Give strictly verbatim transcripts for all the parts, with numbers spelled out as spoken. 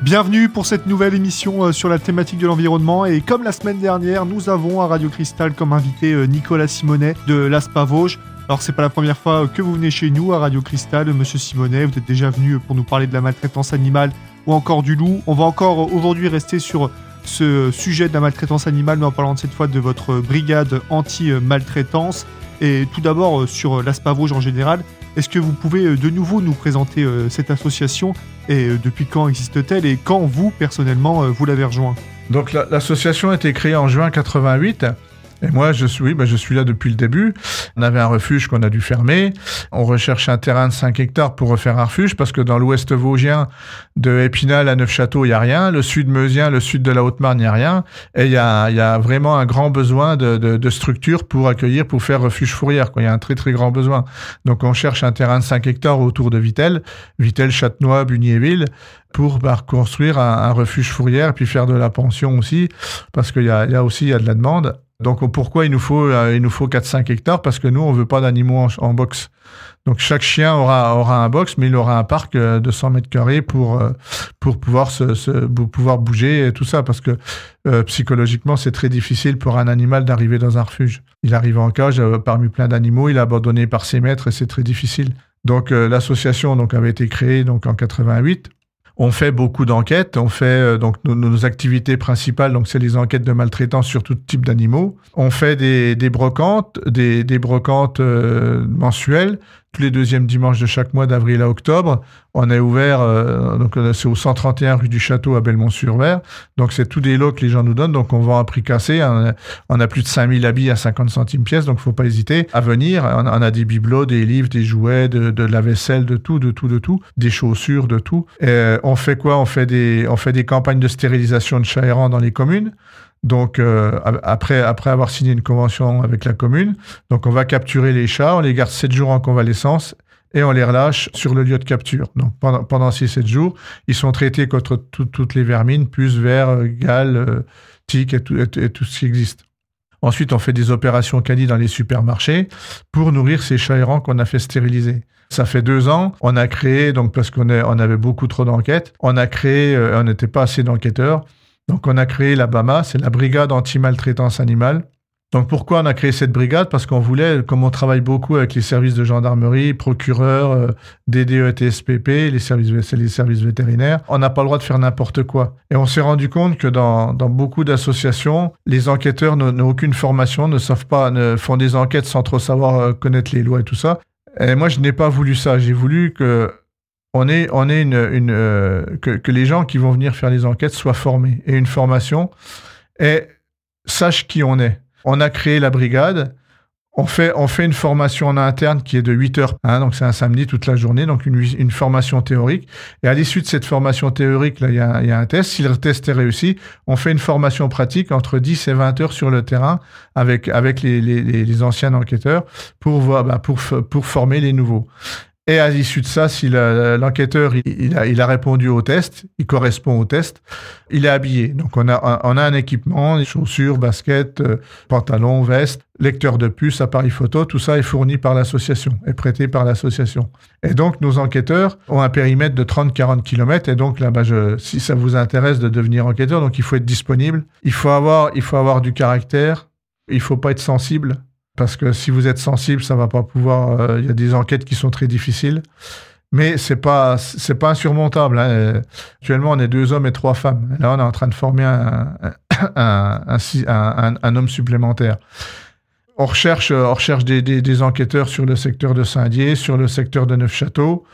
Bienvenue pour cette nouvelle émission sur la thématique de l'environnement et comme la semaine dernière, nous avons à Radio Cristal comme invité Nicolas Simonet de l'Aspa Vosges. Alors c'est pas la première fois que vous venez chez nous à Radio Cristal, Monsieur Simonet, vous êtes déjà venu pour nous parler de la maltraitance animale ou encore du loup. On va encore aujourd'hui rester sur ce sujet de la maltraitance animale, mais en parlant cette fois de votre brigade anti-maltraitance. Et tout d'abord sur l'Aspa Vosges en général, est-ce que vous pouvez de nouveau nous présenter cette association et depuis quand existe-t-elle et quand vous, personnellement, vous l'avez rejoint ? Donc la, l'association a été créée en juin quatre-vingt-huit. Et moi, je suis, bah, je suis là depuis le début. On avait un refuge qu'on a dû fermer. On recherche un terrain de cinq hectares pour refaire un refuge parce que dans l'ouest vosgien, de Épinal à Neufchâteau, il n'y a rien. Le sud meusien, le sud de la Haute-Marne, il n'y a rien. Et il y a, il y a vraiment un grand besoin de, de, de structures pour accueillir, pour faire refuge fourrière, quoi. Il y a un très, très grand besoin. Donc, on cherche un terrain de cinq hectares autour de Vittel, Vittel, Châtenois, Bugny-et-Ville, pour bah, construire un, un refuge fourrière et puis faire de la pension aussi, parce qu'il y a, il y a aussi il y a de la demande. Donc, pourquoi il nous faut, euh, il nous faut quatre à cinq hectares ? Parce que nous, on veut pas d'animaux en, en box. Donc, chaque chien aura, aura un box, mais il aura un parc de cent mètres carrés pour, euh, pour pouvoir se, se, pouvoir bouger et tout ça. Parce que, euh, psychologiquement, c'est très difficile pour un animal d'arriver dans un refuge. Il arrive en cage, euh, parmi plein d'animaux, il est abandonné par ses maîtres et c'est très difficile. Donc, euh, l'association, donc, avait été créée, donc, en quatre-vingt-huit. On fait beaucoup d'enquêtes. On fait euh, donc nos, nos activités principales. Donc c'est les enquêtes de maltraitance sur tout type d'animaux. On fait des, des brocantes, des, des brocantes euh, mensuelles tous les deuxièmes dimanches de chaque mois d'avril à octobre. On est ouvert. Euh, donc c'est au cent trente et un rue du Château à Belmont-sur-Mer. Donc c'est tous des lots que les gens nous donnent. Donc on vend à prix cassé. On a, on a plus de cinq mille habits à cinquante centimes pièce. Donc faut pas hésiter à venir. On a, on a des bibelots, des livres, des jouets, de, de la vaisselle, de tout, de tout, de tout, des chaussures, de tout. Et on fait quoi ? On fait des, on fait des campagnes de stérilisation de chats errants dans les communes. Donc, euh, après, après avoir signé une convention avec la commune, donc on va capturer les chats, on les garde sept jours en convalescence et on les relâche sur le lieu de capture. Donc, pendant, pendant six à sept jours, ils sont traités contre tout, toutes les vermines, puces, vers, galles, euh, tiques et tout, et, et tout ce qui existe. Ensuite, on fait des opérations canines dans les supermarchés pour nourrir ces chats errants qu'on a fait stériliser. Ça fait deux ans, on a créé, donc parce qu'on est, on avait beaucoup trop d'enquêtes, on a créé, euh, on n'était pas assez d'enquêteurs, donc on a créé la B A M A, c'est la brigade anti-maltraitance animale. Donc pourquoi on a créé cette brigade ? Parce qu'on voulait, comme on travaille beaucoup avec les services de gendarmerie, procureurs, euh, D D E T S P P, les services, c'est les services vétérinaires, on n'a pas le droit de faire n'importe quoi. Et on s'est rendu compte que dans, dans beaucoup d'associations, les enquêteurs n'ont, n'ont aucune formation, ne savent pas, ne font des enquêtes sans trop savoir euh, connaître les lois et tout ça. Et moi, je n'ai pas voulu ça. J'ai voulu que on ait, on ait une, une euh, que, que les gens qui vont venir faire les enquêtes soient formés et une formation et sachent qui on est. On a créé la brigade. On fait, on fait une formation en interne qui est de huit heures, hein, donc c'est un samedi toute la journée, donc une, une formation théorique. Et à l'issue de cette formation théorique, là, il y a, il y a un test. Si le test est réussi, on fait une formation pratique entre dix et vingt heures sur le terrain avec, avec les, les, les anciens enquêteurs pour, voir, bah, pour, pour former les nouveaux. Et à l'issue de ça, si la, l'enquêteur il, il, a, il a répondu au test, il correspond au test, il est habillé. Donc on a, on a un équipement, chaussures, baskets, euh, pantalons, vestes, lecteur de puces, appareil photo, tout ça est fourni par l'association, est prêté par l'association. Et donc nos enquêteurs ont un périmètre de trente à quarante kilomètres. Et donc là, bah, je, si ça vous intéresse de devenir enquêteur, donc il faut être disponible, il faut avoir, il faut avoir du caractère, il faut pas être sensible. Parce que si vous êtes sensible, ça va pas pouvoir. Il euh, y a des enquêtes qui sont très difficiles, mais c'est pas c'est pas insurmontable. Hein. Actuellement, on est deux hommes et trois femmes. Là, on est en train de former un un, un, un, un, un homme supplémentaire. On recherche on recherche des, des, des enquêteurs sur le secteur de Saint-Dié, sur le secteur de Neufchâteau,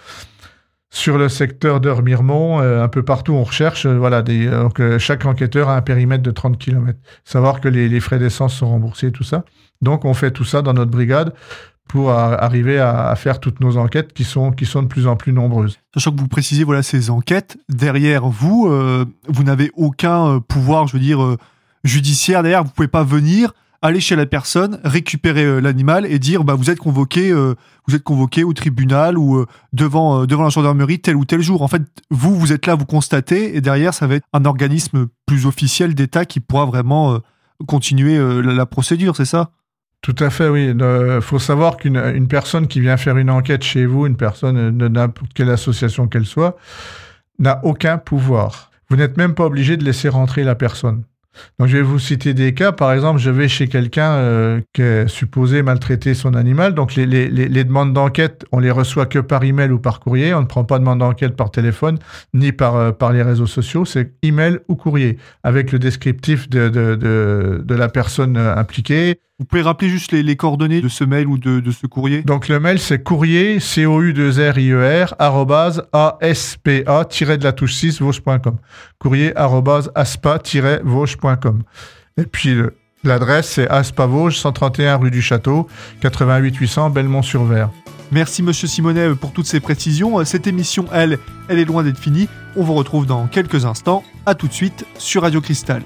sur le secteur de Remiremont, euh, un peu partout. On recherche. Euh, voilà. Des, euh, donc euh, chaque enquêteur a un périmètre de trente kilomètres. Savoir que les, les frais d'essence sont remboursés, tout ça. Donc, on fait tout ça dans notre brigade pour a, arriver à, à faire toutes nos enquêtes qui sont, qui sont de plus en plus nombreuses. Sachant que vous précisez voilà, ces enquêtes, derrière vous, euh, vous n'avez aucun euh, pouvoir, je veux dire, euh, judiciaire. Derrière, vous ne pouvez pas venir, aller chez la personne, récupérer euh, l'animal et dire bah, vous êtes convoqué, euh, vous êtes convoqué au tribunal ou euh, devant, euh, devant la gendarmerie tel ou tel jour. En fait, vous, vous êtes là, vous constatez, et derrière, ça va être un organisme plus officiel d'État qui pourra vraiment euh, continuer euh, la, la procédure, c'est ça ? Tout à fait, oui. Il faut savoir qu'une une personne qui vient faire une enquête chez vous, une personne de n'importe quelle association qu'elle soit, n'a aucun pouvoir. vous n'êtes même pas obligé de laisser rentrer la personne. Donc, je vais vous citer des cas. Par exemple, je vais chez quelqu'un euh, qui est supposé maltraiter son animal. Donc, les, les, les demandes d'enquête, on les reçoit que par email ou par courrier. On ne prend pas de demande d'enquête par téléphone ni par, euh, par les réseaux sociaux. C'est email ou courrier avec le descriptif de, de, de, de la personne impliquée. Vous pouvez rappeler juste les, les coordonnées de ce mail ou de, de ce courrier? Donc, le mail, c'est courrier, C O U deux R I E R, arrobase, A S P A, tiré de la touche six, vosges point com. Courrier, arrobase, aspa, vosges point com. Et puis, le, l'adresse, c'est Aspa Vosges, cent trente et un rue du Château, quatre-vingt-huit huit cents, Belmont-sur-Vert. Merci, monsieur Simonet, pour toutes ces précisions. Cette émission, elle, elle est loin d'être finie. On vous retrouve dans quelques instants. À tout de suite sur Radio Cristal.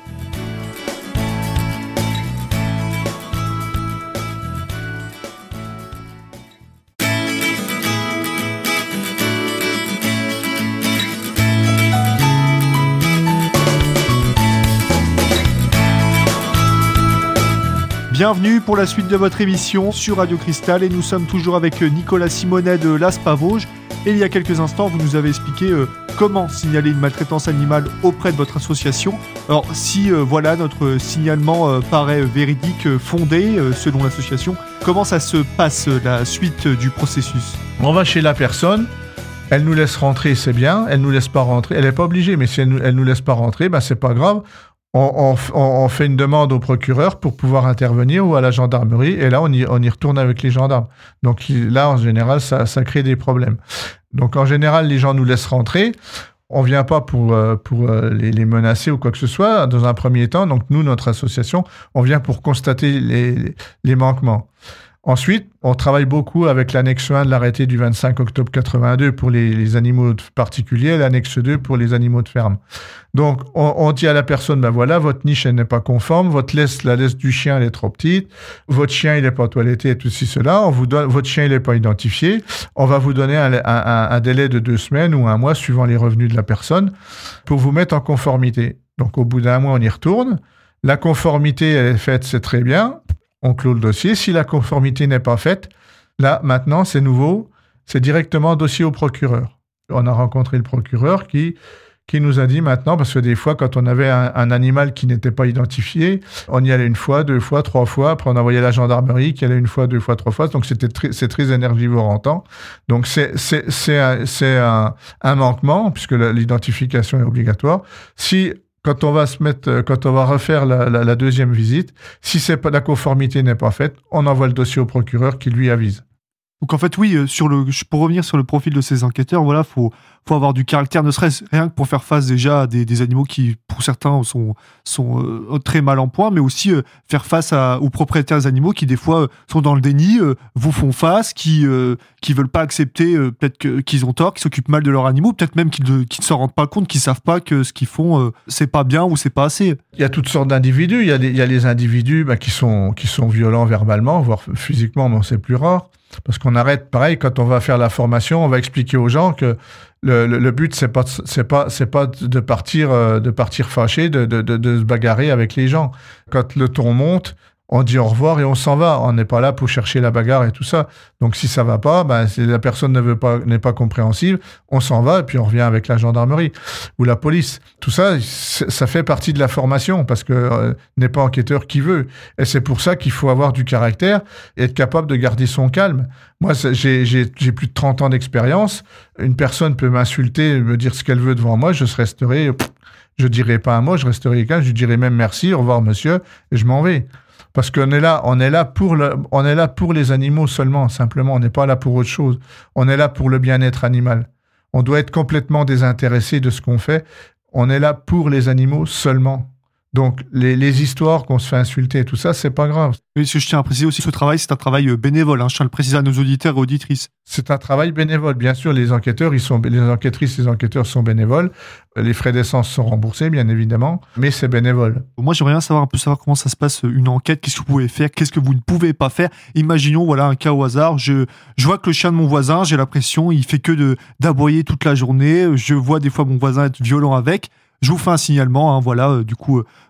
Bienvenue pour la suite de votre émission sur Radio Cristal et nous sommes toujours avec Nicolas Simonet de l'Aspa Vosges. Et il y a quelques instants, vous nous avez expliqué euh, comment signaler une maltraitance animale auprès de votre association. Alors si euh, voilà notre signalement euh, paraît véridique, euh, fondé euh, selon l'association, comment ça se passe euh, la suite euh, du processus? On va chez la personne, elle nous laisse rentrer, c'est bien, elle nous laisse pas rentrer, elle n'est pas obligée, mais si elle nous, elle nous laisse pas rentrer, ben c'est pas grave. On, on, on fait une demande au procureur pour pouvoir intervenir ou à la gendarmerie et là on y, on y retourne avec les gendarmes. Donc là en général ça, ça crée des problèmes. Donc en général les gens nous laissent rentrer. On vient pas pour, pour les, les menacer ou quoi que ce soit dans un premier temps. Donc nous, notre association, on vient pour constater les, les manquements. Ensuite, on travaille beaucoup avec l'annexe un de l'arrêté du vingt-cinq octobre quatre-vingt-deux pour les, les animaux particuliers et l'annexe deux pour les animaux de ferme. Donc, on, on dit à la personne, ben voilà, votre niche, elle n'est pas conforme, votre laisse, la laisse du chien, elle est trop petite, votre chien, il n'est pas toiletté et tout ci, cela, on vous donne, votre chien, il n'est pas identifié, on va vous donner un, un, un délai de deux semaines ou un mois, suivant les revenus de la personne, pour vous mettre en conformité. Donc, au bout d'un mois, on y retourne. La conformité, elle est faite, c'est très bien. On clôt le dossier. Si la conformité n'est pas faite, là, maintenant, c'est nouveau, c'est directement dossier au procureur. On a rencontré le procureur qui, qui nous a dit maintenant, parce que des fois, quand on avait un, un animal qui n'était pas identifié, on y allait une fois, deux fois, trois fois, après on envoyait la gendarmerie qui allait une fois, deux fois, trois fois, donc c'était très, c'est très énergivore en temps. Donc c'est, c'est, c'est, un, c'est un, un manquement, puisque la, l'identification est obligatoire. Si Quand on va se mettre, quand on va refaire la, la, la deuxième visite, si c'est pas, la conformité n'est pas faite, on envoie le dossier au procureur qui lui avise. Donc en fait, oui, sur le, pour revenir sur le profil de ces enquêteurs, voilà, faut, faut avoir du caractère, ne serait-ce rien que pour faire face déjà à des, des animaux qui, pour certains, sont, sont euh, très mal en point, mais aussi euh, faire face à, aux propriétaires des animaux qui, des fois, euh, sont dans le déni, euh, vous font face, qui euh, qui veulent pas accepter euh, peut-être que, qu'ils ont tort, qu'ils s'occupent mal de leurs animaux, peut-être même qu'ils ne qu'ils ne s'en rendent pas compte, qu'ils savent pas que ce qu'ils font, euh, c'est pas bien ou c'est pas assez. Il y a toutes sortes d'individus. Il y a les, il y a les individus bah, qui sont qui sont violents verbalement, voire physiquement, mais c'est plus rare. Parce qu'on arrête, pareil, quand on va faire la formation, on va expliquer aux gens que le, le, le but, c'est pas, c'est pas, c'est pas de partir, euh, de partir fâché, de, de, de, de se bagarrer avec les gens. Quand le ton monte, on dit au revoir et on s'en va. On n'est pas là pour chercher la bagarre et tout ça. Donc, si ça va pas, ben, si la personne ne veut pas, n'est pas compréhensive, on s'en va et puis on revient avec la gendarmerie ou la police. Tout ça, ça fait partie de la formation parce que euh, n'est pas enquêteur qui veut. Et c'est pour ça qu'il faut avoir du caractère et être capable de garder son calme. Moi, j'ai, j'ai, j'ai plus de trente ans d'expérience. Une personne peut m'insulter, me dire ce qu'elle veut devant moi. Je resterai, pff, je dirai pas un mot, je resterai calme. Je dirai même merci, au revoir monsieur, et je m'en vais. Parce qu'on est là, on est là pour le, on est là pour les animaux seulement, simplement. On n'est pas là pour autre chose. On est là pour le bien-être animal. On doit être complètement désintéressé de ce qu'on fait. On est là pour les animaux seulement. Donc, les, les histoires qu'on se fait insulter et tout ça, c'est pas grave. Oui, je tiens à préciser aussi que ce travail, c'est un travail bénévole. Hein. Je tiens à le préciser à nos auditeurs et auditrices. C'est un travail bénévole. Bien sûr, les enquêteurs, ils sont, les enquêtrices, les enquêteurs sont bénévoles. Les frais d'essence sont remboursés, bien évidemment, mais c'est bénévole. Moi, j'aimerais bien savoir un peu savoir comment ça se passe, une enquête. Qu'est-ce que vous pouvez faire? Qu'est-ce que vous ne pouvez pas faire? Imaginons, voilà, un cas au hasard. Je, je vois que le chien de mon voisin, j'ai l'impression, il fait que de, d'aboyer toute la journée. Je vois des fois mon voisin être violent avec. Je vous fais un signalement, hein, voilà, euh, du coup, euh,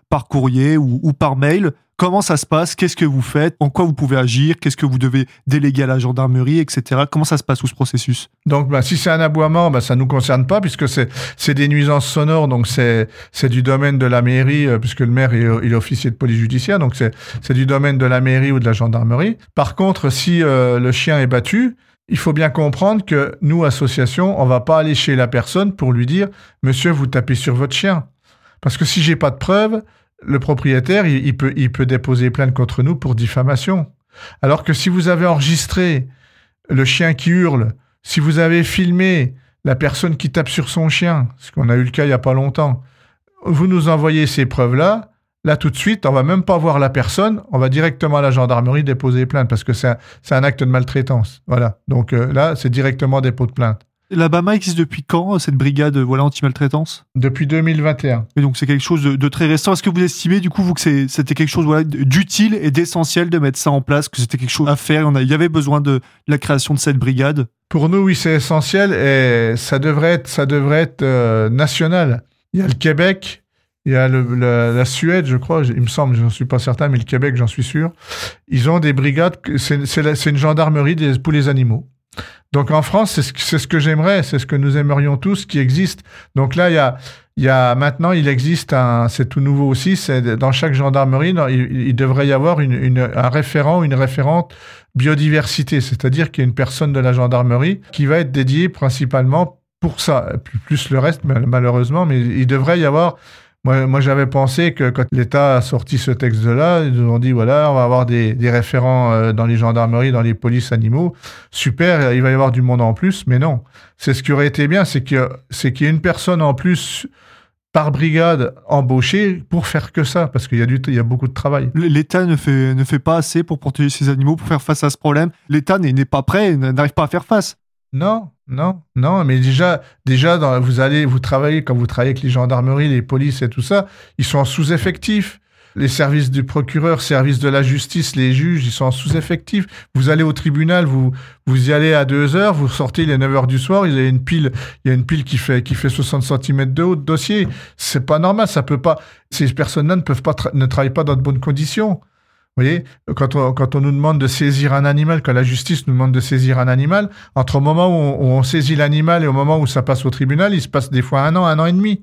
par courrier ou, ou par mail. Comment ça se passe? Qu'est-ce que vous faites? En quoi vous pouvez agir? Qu'est-ce que vous devez déléguer à la gendarmerie, et cetera. Comment ça se passe tout ce processus? Donc, bah, si c'est un aboiement, bah, ça ne nous concerne pas puisque c'est, c'est des nuisances sonores, donc c'est, c'est du domaine de la mairie, euh, puisque le maire est, il est officier de police judiciaire, donc c'est, c'est du domaine de la mairie ou de la gendarmerie. Par contre, si euh, le chien est battu, il faut bien comprendre que nous, association, on va pas aller chez la personne pour lui dire « Monsieur, vous tapez sur votre chien ». Parce que si j'ai pas de preuves, le propriétaire, il, il, peut, il peut déposer plainte contre nous pour diffamation. Alors que si vous avez enregistré le chien qui hurle, si vous avez filmé la personne qui tape sur son chien, ce qu'on a eu le cas il n'y a pas longtemps, vous nous envoyez ces preuves-là, là tout de suite, on va même pas voir la personne, on va directement à la gendarmerie déposer plainte parce que c'est un, c'est un acte de maltraitance. Voilà. Donc euh, là, c'est directement dépôt de plainte. La B A M A existe depuis quand, cette brigade voilà, anti-maltraitance? Depuis deux mille vingt et un. Et donc c'est quelque chose de, de très récent. Est-ce que vous estimez du coup vous que c'est, c'était quelque chose voilà, d'utile et d'essentiel de mettre ça en place, que c'était quelque chose à faire, il y avait besoin de, de la création de cette brigade? Pour nous, oui, c'est essentiel et ça devrait être, ça devrait être euh, national. Il y a le Québec, il y a le, le, la Suède, je crois, il me semble, je n'en suis pas certain, mais le Québec, j'en suis sûr. Ils ont des brigades, c'est, c'est, la, c'est une gendarmerie des, pour les animaux. Donc en France, c'est ce, c'est ce que j'aimerais, c'est ce que nous aimerions tous qui existe. Donc là, il y a, il y a maintenant, il existe un, c'est tout nouveau aussi, c'est dans chaque gendarmerie, dans, il, il devrait y avoir une, une, un référent, une référente biodiversité, c'est-à-dire qu'il y a une personne de la gendarmerie qui va être dédiée principalement pour ça, plus, plus le reste malheureusement, mais il devrait y avoir. Moi, moi, j'avais pensé que quand l'État a sorti ce texte-là, ils nous ont dit, voilà, on va avoir des, des référents euh, dans les gendarmeries, dans les polices animaux. Super, il va y avoir du monde en plus. Mais non. C'est ce qui aurait été bien, c'est, que, c'est qu'il y ait une personne en plus par brigade embauchée pour faire que ça, parce qu'il y a, du, il y a beaucoup de travail. L'État ne fait, ne fait pas assez pour protéger ces animaux, pour faire face à ce problème. L'État n'est, n'est pas prêt, n'arrive pas à faire face. Non, non, non, mais déjà, déjà dans, vous allez, vous travaillez, quand vous travaillez avec les gendarmeries, les polices et tout ça, ils sont en sous-effectif. Les services du procureur, services de la justice, les juges, ils sont en sous-effectif. Vous allez au tribunal, vous, vous y allez à deux heures, vous sortez, il est neuf heures du soir, il y a une pile, il y a une pile qui fait, qui fait soixante centimètres de haut de dossier. C'est pas normal, ça peut pas, ces personnes-là ne peuvent pas, tra- ne travaillent pas dans de bonnes conditions. Vous voyez, quand on, quand on nous demande de saisir un animal, quand la justice nous demande de saisir un animal, entre au moment où on, où on saisit l'animal et au moment où ça passe au tribunal, il se passe des fois un an, un an et demi.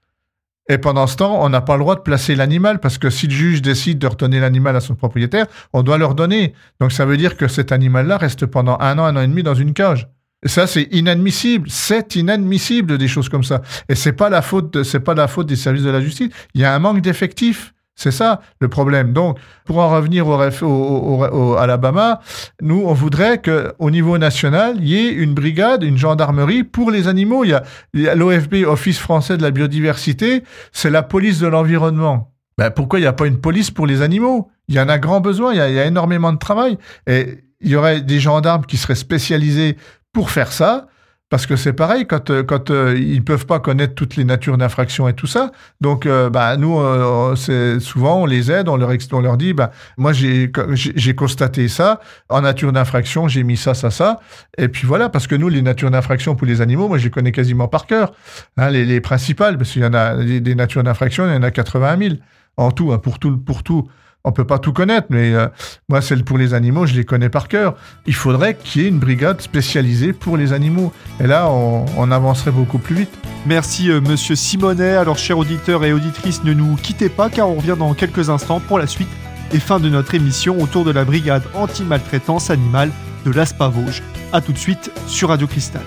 Et pendant ce temps, on n'a pas le droit de placer l'animal parce que si le juge décide de redonner l'animal à son propriétaire, on doit le redonner. Donc ça veut dire que cet animal-là reste pendant un an, un an et demi dans une cage. Et ça, c'est inadmissible. C'est inadmissible des choses comme ça. Et c'est pas la faute de, c'est pas la faute des services de la justice. Il y a un manque d'effectifs. C'est ça le problème. Donc, pour en revenir au, au, au, au, à la B A M A, nous, on voudrait qu'au niveau national, il y ait une brigade, une gendarmerie pour les animaux. Il y a, il y a l'O F B, Office français de la biodiversité, c'est la police de l'environnement. Ben, pourquoi il n'y a pas une police pour les animaux? Il y en a grand besoin, il y a, il y a énormément de travail. Et il y aurait des gendarmes qui seraient spécialisés pour faire ça. Parce que c'est pareil, quand, quand euh, ils ne peuvent pas connaître toutes les natures d'infraction et tout ça, donc euh, bah, nous, euh, c'est, souvent, on les aide, on leur, on leur dit, bah, moi, j'ai, j'ai, j'ai constaté ça, en nature d'infraction, j'ai mis ça, ça, ça, et puis voilà, parce que nous, les natures d'infraction pour les animaux, moi, je les connais quasiment par cœur, hein, les, les principales, parce qu'il y en a des, des natures d'infraction, il y en a quatre-vingt mille en tout, hein, pour tout, pour tout. On peut pas tout connaître, mais euh, moi, celle pour les animaux, je les connais par cœur. Il faudrait qu'il y ait une brigade spécialisée pour les animaux. Et là, on, on avancerait beaucoup plus vite. Merci, euh, monsieur Simonet. Alors, chers auditeurs et auditrices, ne nous quittez pas, car on revient dans quelques instants pour la suite et fin de notre émission autour de la brigade anti-maltraitance animale de l'A S P A Vosges. A tout de suite sur Radio Cristal.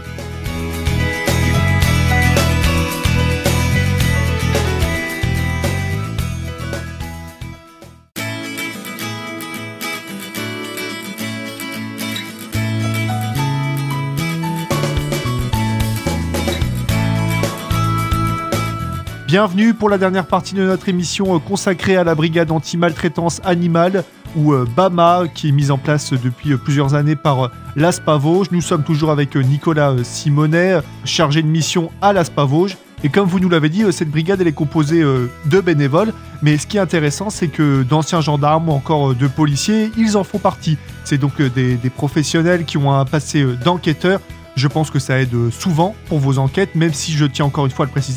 Bienvenue pour la dernière partie de notre émission consacrée à la brigade anti-maltraitance animale, ou B A M A, qui est mise en place depuis plusieurs années par l'A S P A Vosges. Nous sommes toujours avec Nicolas Simonet, chargé de mission à l'A S P A Vosges. Et comme vous nous l'avez dit, cette brigade elle est composée de bénévoles. Mais ce qui est intéressant, c'est que d'anciens gendarmes ou encore de policiers, ils en font partie. C'est donc des, des professionnels qui ont un passé d'enquêteurs. Je pense que ça aide souvent pour vos enquêtes, même si je tiens encore une fois à le préciser,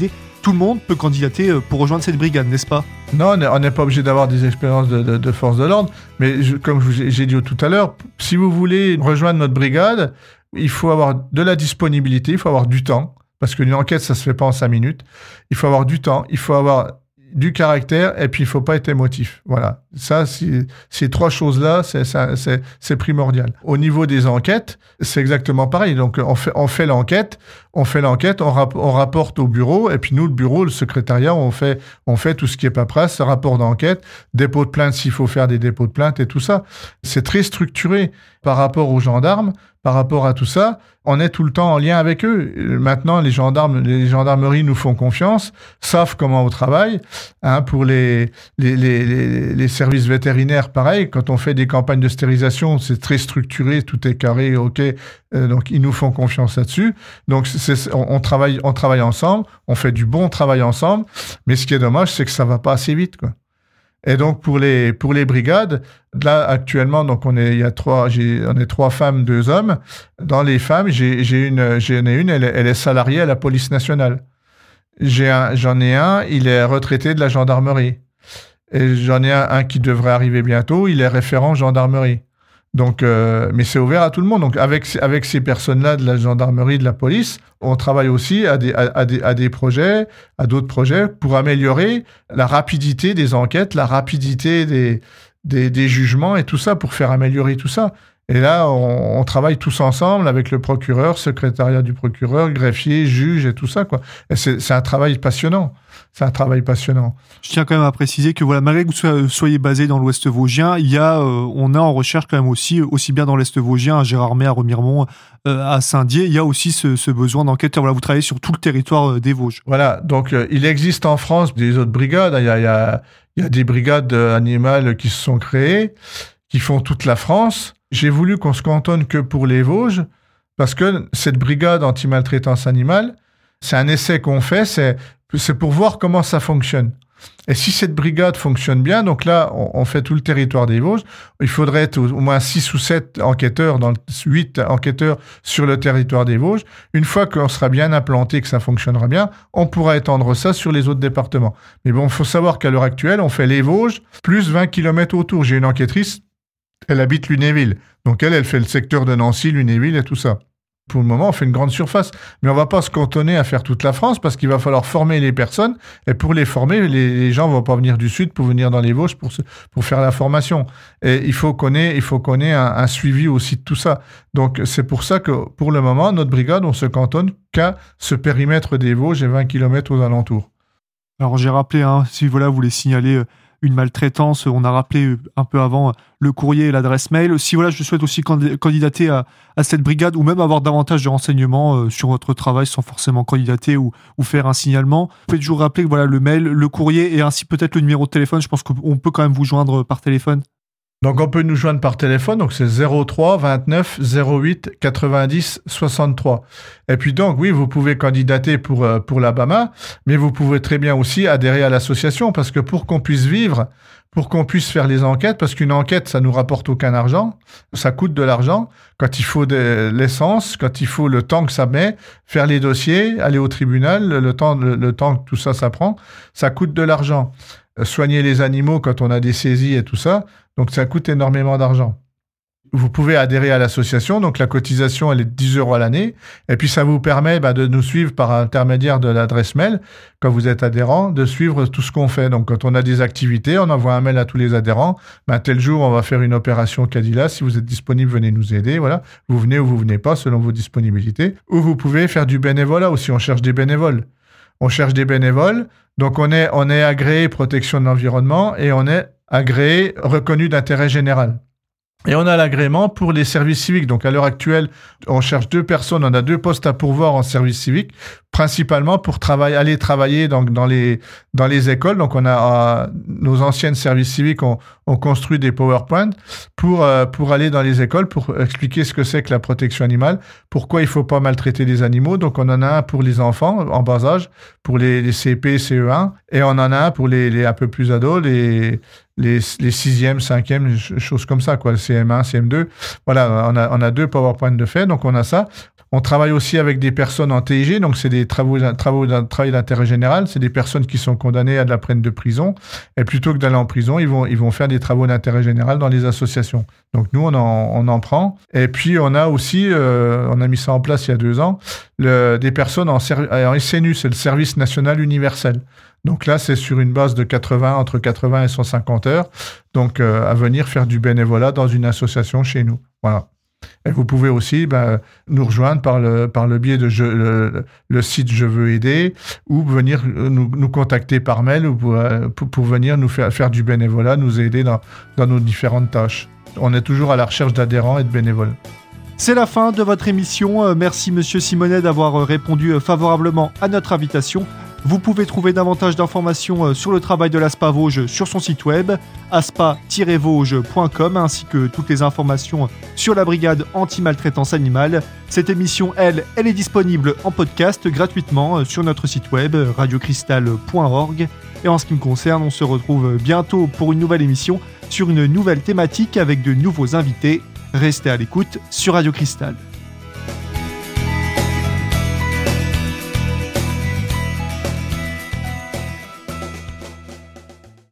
tout le monde peut candidater pour rejoindre cette brigade, n'est-ce pas ? Non, on n'est pas obligé d'avoir des expériences de, de, de force de l'ordre, mais je, comme je, j'ai dit tout à l'heure, si vous voulez rejoindre notre brigade, il faut avoir de la disponibilité, il faut avoir du temps, parce qu'une enquête, ça se fait pas en cinq minutes. Il faut avoir du temps, il faut avoir du caractère, et puis il faut pas être émotif. Voilà. Ça, c'est, ces trois choses-là, c'est, c'est, c'est primordial. Au niveau des enquêtes, c'est exactement pareil. Donc, on fait, on fait l'enquête, on fait l'enquête, on, rap- on rapporte au bureau, et puis nous, le bureau, le secrétariat, on fait, on fait tout ce qui est paperasse, rapport d'enquête, dépôt de plainte s'il faut faire des dépôts de plainte et tout ça. C'est très structuré par rapport aux gendarmes, par rapport à tout ça. On est tout le temps en lien avec eux. Maintenant, les gendarmes, les gendarmeries nous font confiance, savent comment on travaille. Hein, pour les, les, les, les, les services vétérinaires, pareil. Quand on fait des campagnes de stérilisation, c'est très structuré, tout est carré, ok. Euh, donc, ils nous font confiance là-dessus. Donc, c'est, c'est, on, on travaille, on travaille ensemble, on fait du bon travail ensemble. Mais ce qui est dommage, c'est que ça va pas assez vite, quoi. Et donc pour les pour les brigades, là actuellement donc on est il y a trois j'ai on est trois femmes, deux hommes. Dans les femmes, j'ai j'ai une j'en ai une elle, elle est salariée à la police nationale. J'ai un j'en ai un, il est retraité de la gendarmerie. Et j'en ai un, un qui devrait arriver bientôt, il est référent gendarmerie. Donc, euh, mais c'est ouvert à tout le monde. Donc, avec, avec ces personnes-là de la gendarmerie, de la police, on travaille aussi à des, à, à des, à des projets, à d'autres projets pour améliorer la rapidité des enquêtes, la rapidité des, des, des jugements et tout ça, pour faire améliorer tout ça. Et là, on, on travaille tous ensemble avec le procureur, secrétariat du procureur, greffier, juge et tout ça, quoi. Et c'est, c'est un travail passionnant. C'est un travail passionnant. Je tiens quand même à préciser que voilà, malgré que vous soyez basé dans l'Ouest vosgien, il y a, euh, on a en recherche quand même aussi, aussi bien dans l'Est vosgien, à Gérardmer, à Remiremont, euh, à Saint-Dié, il y a aussi ce, ce besoin d'enquêteurs. Voilà, vous travaillez sur tout le territoire euh, des Vosges. Voilà, donc euh, il existe en France des autres brigades. Il y a, il y a, il y a des brigades animales qui se sont créées, qui font toute la France. J'ai voulu qu'on se cantonne que pour les Vosges, parce que cette brigade anti-maltraitance animale, c'est un essai qu'on fait, c'est, c'est pour voir comment ça fonctionne. Et si cette brigade fonctionne bien, donc là, on, on fait tout le territoire des Vosges, il faudrait être au, au moins six ou sept enquêteurs, dans le, huit enquêteurs sur le territoire des Vosges. Une fois qu'on sera bien implanté, que ça fonctionnera bien, on pourra étendre ça sur les autres départements. Mais bon, il faut savoir qu'à l'heure actuelle, on fait les Vosges, plus vingt kilomètres autour. J'ai une enquêtrice, elle habite Lunéville. Donc elle, elle fait le secteur de Nancy, Lunéville et tout ça. Pour le moment, on fait une grande surface. Mais on ne va pas se cantonner à faire toute la France parce qu'il va falloir former les personnes. Et pour les former, les, les gens ne vont pas venir du Sud pour venir dans les Vosges pour, se, pour faire la formation. Et il faut qu'on ait, il faut qu'on ait un, un suivi aussi de tout ça. Donc, c'est pour ça que, pour le moment, notre brigade, on se cantonne qu'à ce périmètre des Vosges et vingt kilomètres aux alentours. Alors, j'ai rappelé, hein, si voilà, vous voulez signaler euh, une maltraitance, on a rappelé euh, un peu avant euh, le courrier et l'adresse mail. Si voilà, je souhaite aussi candid- candidater à, à cette brigade ou même avoir davantage de renseignements euh, sur votre travail sans forcément candidater ou, ou faire un signalement, vous pouvez toujours rappeler que voilà, le mail, le courrier et ainsi peut-être le numéro de téléphone. Je pense qu'on peut quand même vous joindre par téléphone. Donc, on peut nous joindre par téléphone. Donc, c'est zéro trois vingt-neuf zéro huit quatre-vingt-dix soixante-trois. Et puis, donc, oui, vous pouvez candidater pour, euh, pour la B A M A, mais vous pouvez très bien aussi adhérer à l'association parce que pour qu'on puisse vivre, pour qu'on puisse faire les enquêtes, parce qu'une enquête, ça nous rapporte aucun argent, ça coûte de l'argent. Quand il faut de l'essence, quand il faut le temps que ça met, faire les dossiers, aller au tribunal, le temps, le, le temps que tout ça, ça prend, ça coûte de l'argent. Soigner les animaux quand on a des saisies et tout ça, donc ça coûte énormément d'argent. Vous pouvez adhérer à l'association, donc la cotisation elle est de dix euros à l'année, et puis ça vous permet bah, de nous suivre par intermédiaire de l'adresse mail, quand vous êtes adhérent, de suivre tout ce qu'on fait. Donc quand on a des activités, on envoie un mail à tous les adhérents, bah, tel jour on va faire une opération Cadilla, si vous êtes disponible, venez nous aider, voilà. Vous venez ou vous venez pas, selon vos disponibilités. Ou vous pouvez faire du bénévolat aussi, on cherche des bénévoles. On cherche des bénévoles, donc on est, on est agréé protection de l'environnement et on est agréé reconnu d'intérêt général. Et on a l'agrément pour les services civiques. Donc à l'heure actuelle, on cherche deux personnes, on a deux postes à pourvoir en service civique, principalement pour travailler, aller travailler dans, dans, les, dans les écoles. Donc on a euh, nos anciennes services civiques ont, ont construit des PowerPoint pour, euh, pour aller dans les écoles, pour expliquer ce que c'est que la protection animale, pourquoi il ne faut pas maltraiter les animaux. Donc on en a un pour les enfants en bas âge, pour les, les C P, C E un, et on en a un pour les, les un peu plus ados, les... les, les sixième, cinquième, choses comme ça, quoi, le C M un, C M deux. Voilà, on a, on a deux PowerPoint de fait, donc on a ça. On travaille aussi avec des personnes en T I G, donc c'est des des travaux, travaux d'un travail d'intérêt général. C'est des personnes qui sont condamnées à de la peine de prison. Et plutôt que d'aller en prison, ils vont, ils vont faire des travaux d'intérêt général dans les associations. Donc nous, on en, on en prend. Et puis, on a aussi, euh, on a mis ça en place il y a deux ans, le, des personnes en, servi- en S N U, c'est le service national universel. Donc là, c'est sur une base de quatre-vingts, entre quatre-vingts et cent cinquante heures. Donc, euh, à venir faire du bénévolat dans une association chez nous. Voilà. Et vous pouvez aussi ben, nous rejoindre par le, par le biais de je, le, le site Je veux aider ou venir nous, nous contacter par mail ou pour, pour, pour venir nous faire, faire du bénévolat, nous aider dans, dans nos différentes tâches. On est toujours à la recherche d'adhérents et de bénévoles. C'est la fin de votre émission. Merci Monsieur Simonet d'avoir répondu favorablement à notre invitation. Vous pouvez trouver davantage d'informations sur le travail de l'A S P A Vosges sur son site web aspa tiret vosges point com ainsi que toutes les informations sur la brigade anti-maltraitance animale. Cette émission, elle, elle est disponible en podcast gratuitement sur notre site web radio cristal point org. Et en ce qui me concerne, on se retrouve bientôt pour une nouvelle émission sur une nouvelle thématique avec de nouveaux invités. Restez à l'écoute sur Radio Cristal.